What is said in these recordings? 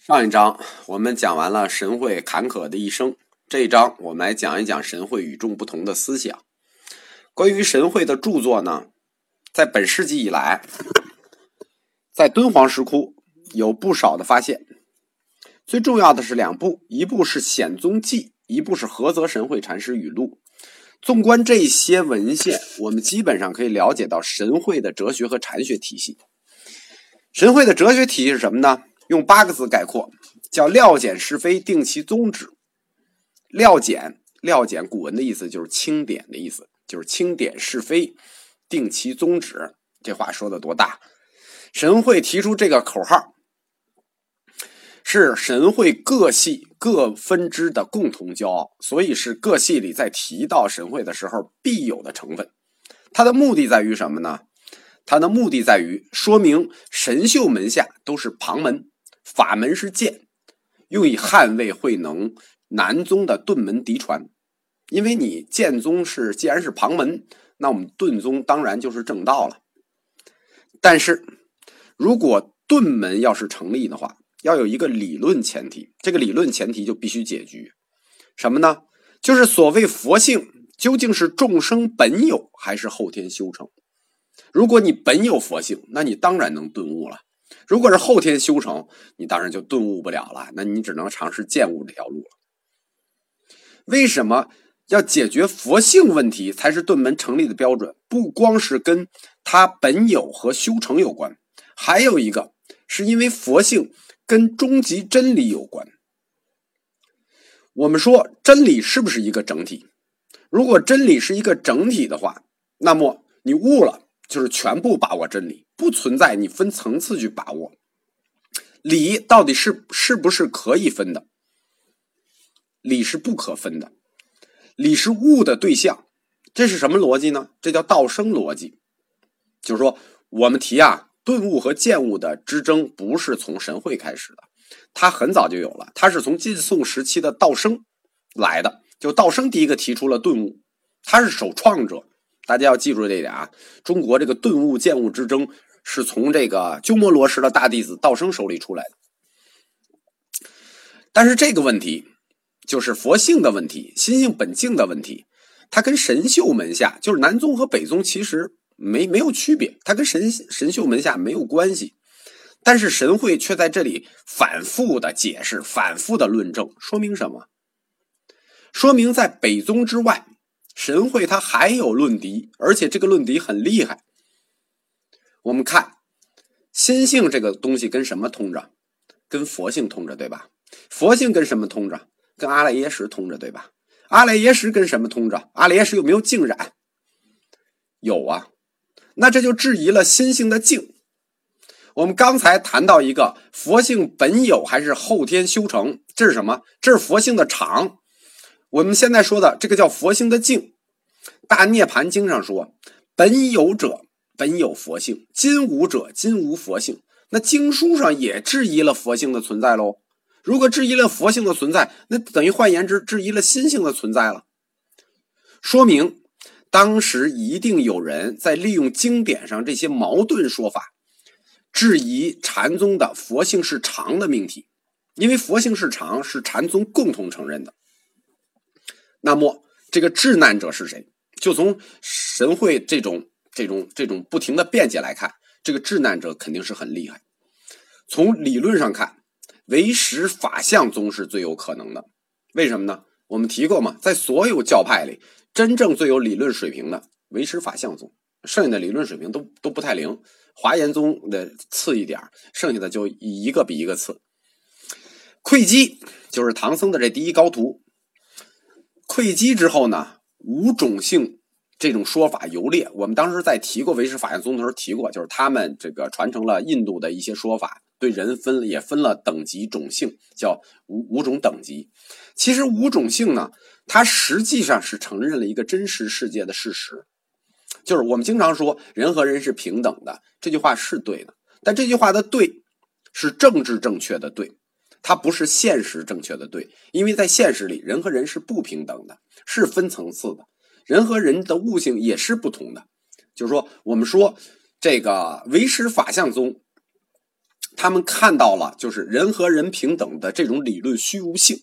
上一章我们讲完了神会坎坷的一生，这一章我们来讲一讲神会与众不同的思想。关于神会的著作呢，在本世纪以来，在敦煌石窟有不少的发现。最重要的是两部，一部是《显宗记》，一部是菏泽神会禅师语录。纵观这些文献，我们基本上可以了解到神会的哲学和禅学体系。神会的哲学体系是什么呢？用8个字概括，叫料简是非，定其宗旨。料简古文的意思就是清点的意思，就是清点是非，定其宗旨。这话说的多大！神会提出这个口号，是神会各系各分支的共同骄傲，所以是各系里在提到神会的时候必有的成分。它的目的在于什么呢？它的目的在于说明神秀门下都是旁门，法门是剑，用以捍卫慧能南宗的顿门嫡传。因为你剑宗既然是旁门，那我们顿宗当然就是正道了。但是如果顿门要是成立的话，要有一个理论前提，这个理论前提就必须解决什么呢？就是所谓佛性究竟是众生本有还是后天修成。如果你本有佛性，那你当然能顿悟了。如果是后天修成，你当然就顿悟不了了，那你只能尝试见悟这条路了。为什么要解决佛性问题才是顿门成立的标准？不光是跟它本有和修成有关，还有一个是因为佛性跟终极真理有关。我们说真理是不是一个整体？如果真理是一个整体的话，那么你悟了就是全部把握真理，不存在你分层次去把握。理到底是不是可以分的？理是不可分的，理是悟的对象。这是什么逻辑呢？这叫道生逻辑。就是说我们提顿悟和见悟的之争不是从神会开始的，它很早就有了，它是从晋宋时期的道生来的。就道生第一个提出了顿悟，他是首创者。大家要记住这一点中国这个顿悟见悟之争是从这个鸠摩罗什的大弟子道生手里出来的。但是这个问题就是佛性的问题，心性本性的问题，它跟神秀门下就是南宗和北宗其实没有区别，它跟神秀门下没有关系。但是神会却在这里反复的解释，反复的论证，说明什么？说明在北宗之外，神会它还有论敌，而且这个论敌很厉害。我们看心性这个东西跟什么通着？跟佛性通着，对吧？佛性跟什么通着？跟阿赖耶识通着，对吧？阿赖耶识跟什么通着？阿赖耶识有没有净染？有啊。那这就质疑了心性的净。我们刚才谈到一个佛性本有还是后天修成，这是什么？这是佛性的常。我们现在说的这个叫佛性的净。大涅盘经上说，本有者本有佛性，今无者今无佛性。那经书上也质疑了佛性的存在咯。如果质疑了佛性的存在，那等于换言之质疑了心性的存在了。说明当时一定有人在利用经典上这些矛盾说法，质疑禅宗的佛性是常的命题。因为佛性是常是禅宗共同承认的。那么这个治难者是谁？就从神会这种不停的辩解来看，这个治难者肯定是很厉害。从理论上看，唯识法相宗是最有可能的。为什么呢？我们提过嘛，在所有教派里，真正最有理论水平的唯识法相宗，剩下的理论水平都不太灵。华严宗的次一点，剩下的就一个比一个次。窥基就是唐僧的这第一高徒。窥基之后呢，无种性这种说法游猎。我们当时在提过唯识法相宗的时候提过，就是他们这个传承了印度的一些说法，对人也分了等级种性，叫五种等级。其实五种性呢，它实际上是承认了一个真实世界的事实。就是我们经常说人和人是平等的，这句话是对的，但这句话的对是政治正确的对，它不是现实正确的对。因为在现实里，人和人是不平等的，是分层次的，人和人的悟性也是不同的。就是说我们说这个唯识法相宗他们看到了就是人和人平等的这种理论虚无性。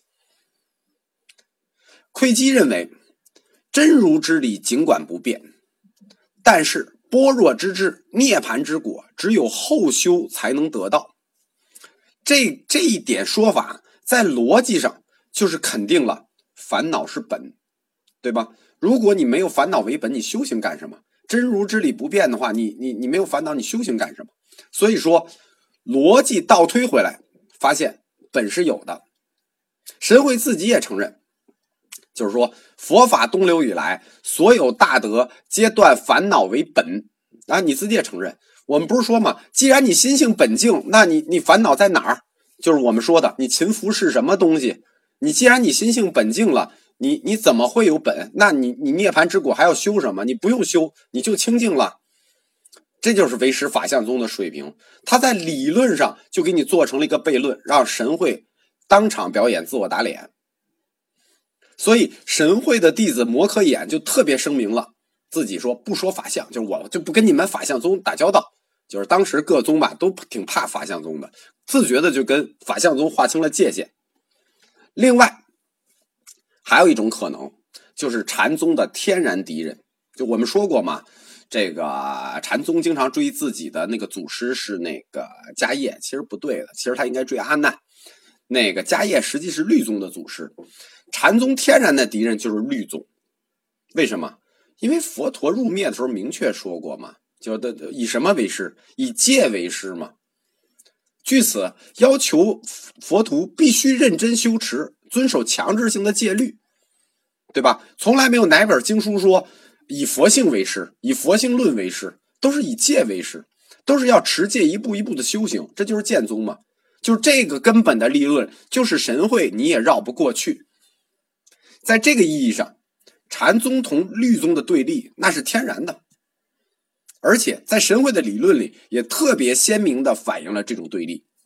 窥基认为，真如之理尽管不变，但是般若之智、涅槃之果，只有后修才能得到。这一点说法，在逻辑上就是肯定了烦恼是本，对吧？如果你没有烦恼为本，你修行干什么？真如之理不变的话，你没有烦恼，你修行干什么？所以说，逻辑倒推回来，发现本是有的。神会自己也承认，就是说佛法东流以来，所有大德皆断烦恼为本啊，你自己也承认。我们不是说嘛，既然你心性本净，那你烦恼在哪儿？就是我们说的，你勤福是什么东西？你既然你心性本净了，你怎么会有本？那你涅槃之果还要修什么？你不用修，你就清净了。这就是唯识法相宗的水平，他在理论上就给你做成了一个悖论，让神会当场表演自我打脸。所以神会的弟子摩诃衍就特别声明了，自己说不说法相，就是我就不跟你们法相宗打交道。就是当时各宗吧都挺怕法相宗的，自觉的就跟法相宗划清了界限。另外还有一种可能，就是禅宗的天然敌人。就我们说过嘛，这个禅宗经常追自己的那个祖师是那个迦叶，其实不对的，其实他应该追阿难。那个迦叶实际是律宗的祖师，禅宗天然的敌人就是律宗。为什么？因为佛陀入灭的时候明确说过嘛，就以什么为师？以戒为师嘛。据此要求佛徒必须认真修持，遵守强制性的戒律，对吧？从来没有哪本经书说以佛性为师，以佛性论为师，都是以戒为师，都是要持戒一步一步的修行，这就是剑宗嘛。就是这个根本的理论，就是神会你也绕不过去。在这个意义上，禅宗同律宗的对立那是天然的，而且在神会的理论里也特别鲜明地反映了这种对立。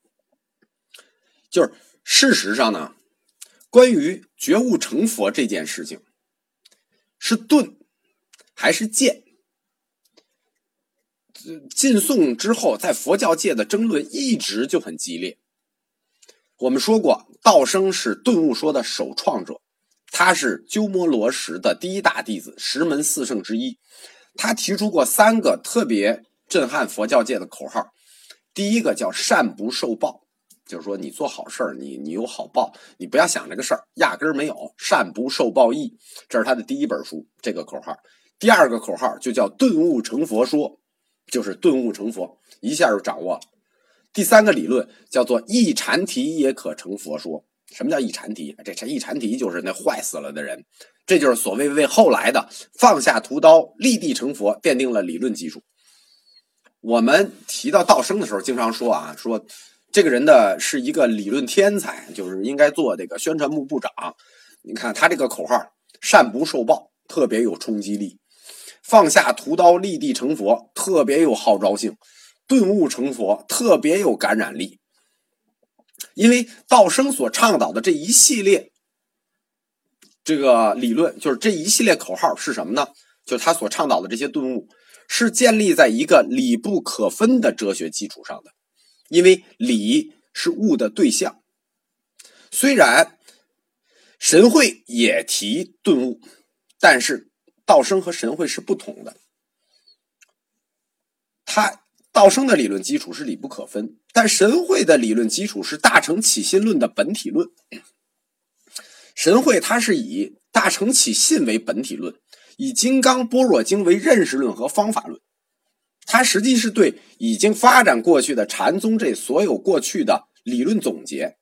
就是事实上呢，关于觉悟成佛这件事情，是顿还是渐，晋宋之后在佛教界的争论一直就很激烈。我们说过，道生是顿悟说的首创者，他是鸠摩罗什的第一大弟子，十门四圣之一。他提出过3个特别震撼佛教界的口号。第一个叫善不受报，就是说你做好事你有好报，你不要想这个事儿，压根儿没有，善不受报益，这是他的第一本书，这个口号。第二个口号就叫顿悟成佛说，就是顿悟成佛，一下就掌握了。第3个理论叫做一禅提也可成佛说。什么叫一禅提？这一禅提就是那坏死了的人，这就是所谓为后来的放下屠刀立地成佛奠定了理论基础。我们提到道生的时候经常说说这个人的是一个理论天才，就是应该做这个宣传部部长。你看他这个口号善不受报特别有冲击力，放下屠刀立地成佛特别有号召性，顿悟成佛特别有感染力。因为道生所倡导的这一系列这个理论，就是这一系列口号是什么呢？就是他所倡导的这些顿悟是建立在一个理不可分的哲学基础上的。因为理是悟的对象，虽然神会也提顿悟，但是道生和神会是不同的。道生的理论基础是理不可分，但神会的理论基础是大乘起信论的本体论。神会它是以大乘起信为本体论，以金刚般若经为认识论和方法论。它实际是对已经发展过去的禅宗这所有过去的理论总结。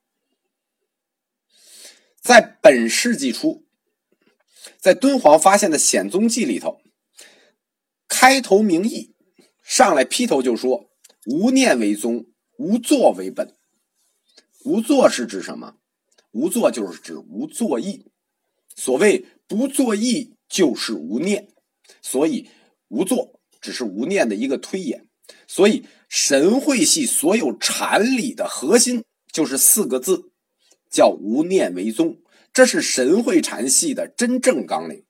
在本世纪初，在敦煌发现的显宗记里头，开头明义上来劈头就说无念为宗，无作为本。无作是指什么？无作就是指无作意，所谓不作意就是无念，所以无作只是无念的一个推演。所以神会系所有禅理的核心就是4个字，叫无念为宗，这是神会禅系的真正纲领。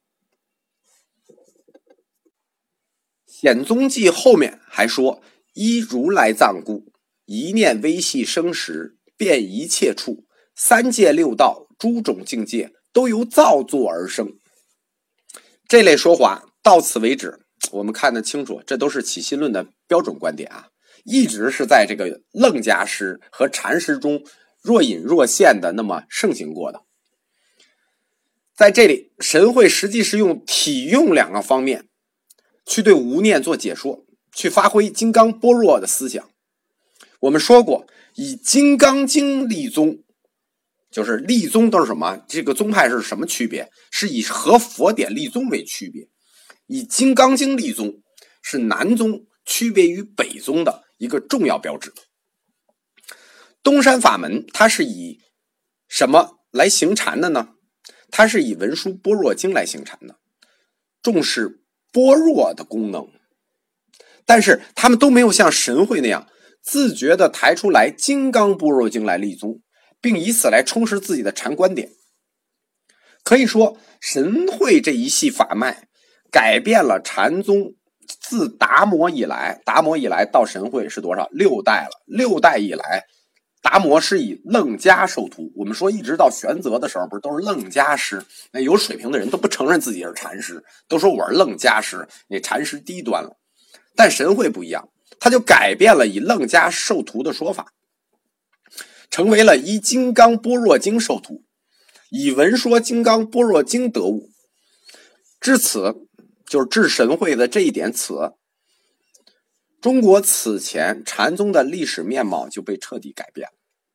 显宗记后面还说依如来藏故， 一念微细生识，遍一切处，三界六道诸种境界都由造作而生。这类说法到此为止，我们看得清楚，这都是起心论的标准观点啊，一直是在这个楞伽师和禅师中若隐若现的那么盛行过的。在这里，神会实际是用体用两个方面去对无念做解说，去发挥金刚般若的思想。我们说过，以金刚经立宗，就是立宗都是什么？这个宗派是什么区别？是以合佛典立宗为区别。以金刚经立宗是南宗区别于北宗的一个重要标志。东山法门它是以什么来行禅的呢？它是以文殊般若经来行禅的，重视般若的功能。但是他们都没有像神会那样自觉地抬出来金刚般若经来立宗，并以此来充实自己的禅观点。可以说，神会这一系法脉改变了禅宗自达摩以来到神会是多少？6代了。6代以来，达摩是以楞伽授徒。我们说一直到玄奘的时候，不是都是楞伽师？那有水平的人都不承认自己是禅师，都说我是楞伽师，那禅师低端了。但神会不一样，他就改变了以楞伽授徒的说法，成为了依金刚般若经授徒，以文说金刚般若经得悟。至此，就是至神会的这一点此，中国此前禅宗的历史面貌就被彻底改变了。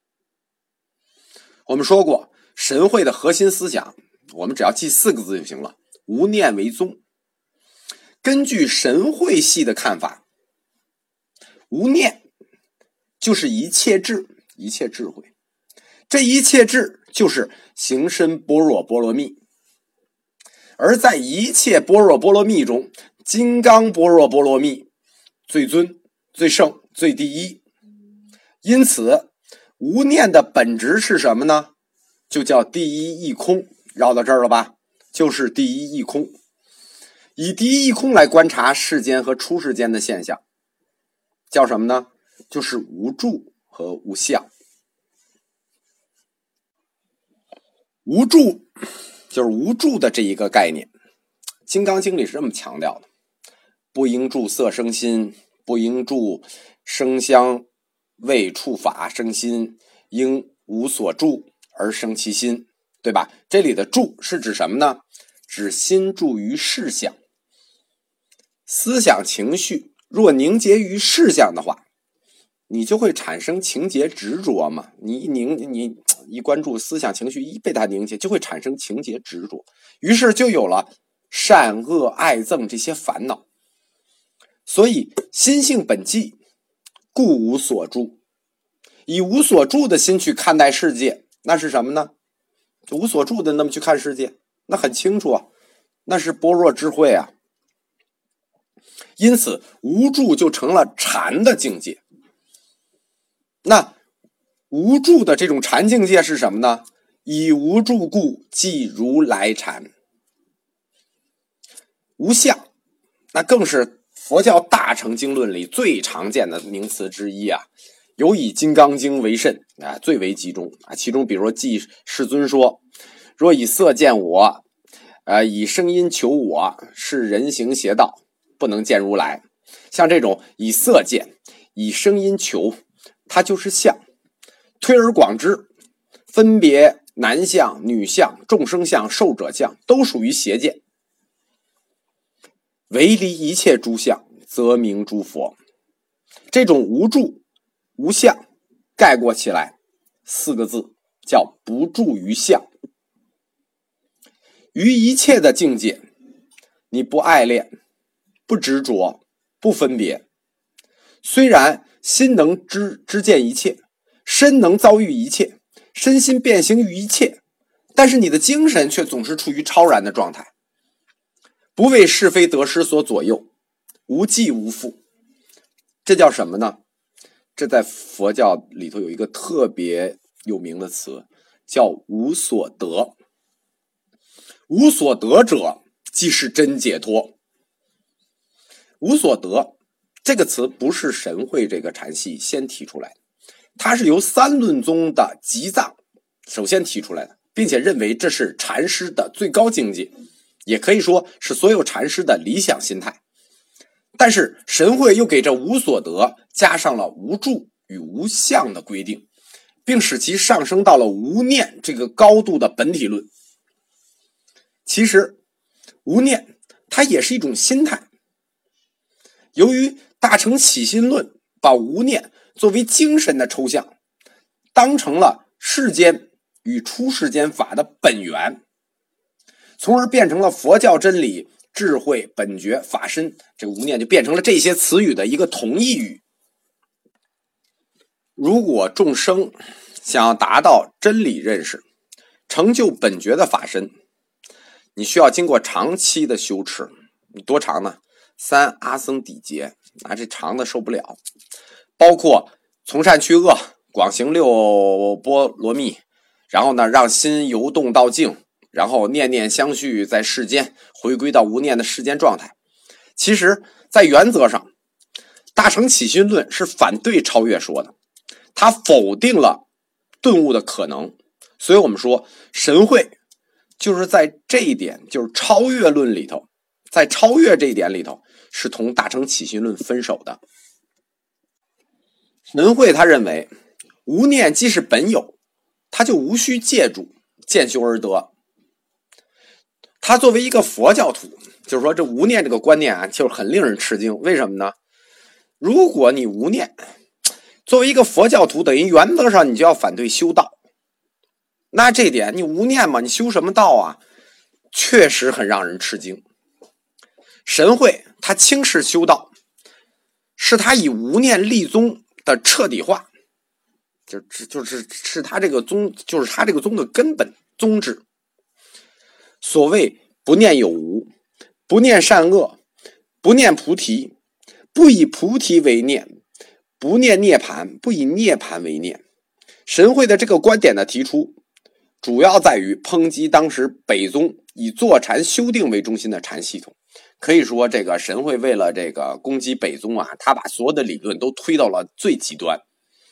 我们说过，神会的核心思想，我们只要记4个字就行了：无念为宗。根据神会系的看法，无念就是一切智，一切智慧。这一切智就是行深般若波罗蜜。而在一切般若波罗蜜中，金刚般若波罗蜜最尊、最胜、最第一。因此，无念的本质是什么呢？就叫第一义空。绕到这儿了吧？就是第一义空。以第一义空来观察世间和出世间的现象，叫什么呢？就是无住和无相。无住就是无住的这一个概念，金刚经里是这么强调的：不应住色声心，不应住声香味触法生心，应无所住而生其心，对吧？这里的住是指什么呢？指心住于事相。思想情绪若凝结于事相的话，你就会产生情结执着嘛。你一关注思想情绪，一被它凝结，就会产生情结执着，于是就有了善恶爱憎这些烦恼。所以心性本寂，故无所住。以无所住的心去看待世界，那是什么呢？无所住的那么去看世界，那很清楚啊，那是般若智慧啊。因此无住就成了禅的境界。那无住的这种禅境界是什么呢？以无住故，即如来禅。无相，那更是佛教大乘经论里最常见的名词之一啊。尤以金刚经为甚啊，最为集中啊。其中比如说记世尊说，若以色见我，以声音求我，是人行邪道，不能见如来。像这种以色见，以声音求，它就是相。推而广之，分别男相、女相、众生相、寿者相，都属于邪见。唯离一切诸相，则名诸佛。这种无住无相，概括起来4个字，叫不住于相。于一切的境界，你不爱恋，不执着，不分别，虽然心能知见一切，身能遭遇一切，身心变形于一切，但是你的精神却总是处于超然的状态，不为是非得失所左右，无记无负。这叫什么呢？这在佛教里头有一个特别有名的词，叫无所得。无所得者，即是真解脱。无所得这个词不是神会这个禅系先提出来的， 它是由三论宗的集藏首先提出来的，并且认为这是禅师的最高境界，也可以说是所有禅师的理想心态。但是神会又给这无所得加上了无住与无相的规定，并使其上升到了无念这个高度的本体论。其实无念它也是一种心态，由于大乘起心论把无念作为精神的抽象，当成了世间与出世间法的本源，从而变成了佛教真理、智慧、本觉、法身，这个无念就变成了这些词语的一个同义语。如果众生想要达到真理认识，成就本觉的法身，你需要经过长期的修持。多长呢？3阿僧祇劫，这长的受不了。包括从善去恶，广行6波罗蜜，然后呢让心游动到静，然后念念相续在世间，回归到无念的世间状态。其实在原则上，大乘起心论是反对超越说的，它否定了顿悟的可能。所以我们说神会就是在这一点，就是超越论里头，在超越这一点里头是同大乘起心论分手的。神会他认为无念既是本有，他就无需借助，渐修而得。他作为一个佛教徒，就是说这无念这个观念就是很令人吃惊。为什么呢？如果你无念，作为一个佛教徒，等于原则上你就要反对修道。那这点你无念嘛，你修什么道啊？确实很让人吃惊。神会他轻视修道，是他以无念立宗的彻底化，是他这个宗，就是他这个宗的根本宗旨。所谓不念有无，不念善恶，不念菩提，不以菩提为念，不念涅槃，不以涅槃为念。神会的这个观点的提出，主要在于抨击当时北宗以坐禅修定为中心的禅系统。可以说这个神会为了这个攻击北宗他把所有的理论都推到了最极端。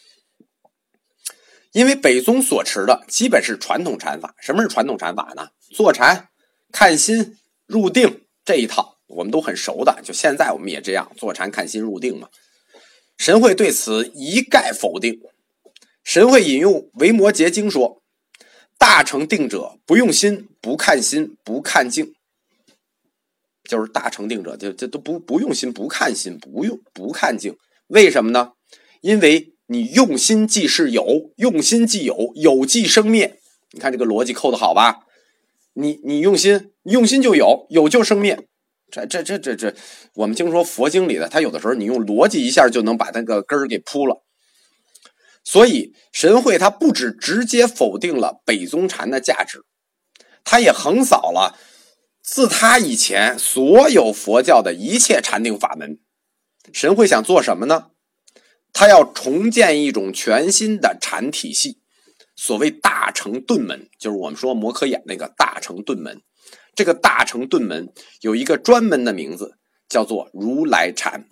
因为北宗所持的基本是传统禅法。什么是传统禅法呢？坐禅、看心、入定这一套我们都很熟的，就现在我们也这样，坐禅、看心、入定嘛。神会对此一概否定。神会引用《维摩诘经》说，大乘定者不用心，不看心，不看境。就是大乘定者这都不用心，不看心，不看境。为什么呢？因为你用心即是有，用心即有，有即生灭。你看这个逻辑扣得好吧？你用心就有，有就生灭。这我们经说佛经里的，他有的时候你用逻辑一下就能把那个根儿给铺了。所以神会他不只直接否定了北宗禅的价值，他也横扫了自他以前所有佛教的一切禅定法门。神会想做什么呢？他要重建一种全新的禅体系，所谓大乘顿门，就是我们说摩诃衍那个大乘顿门。这个大乘顿门有一个专门的名字，叫做如来禅。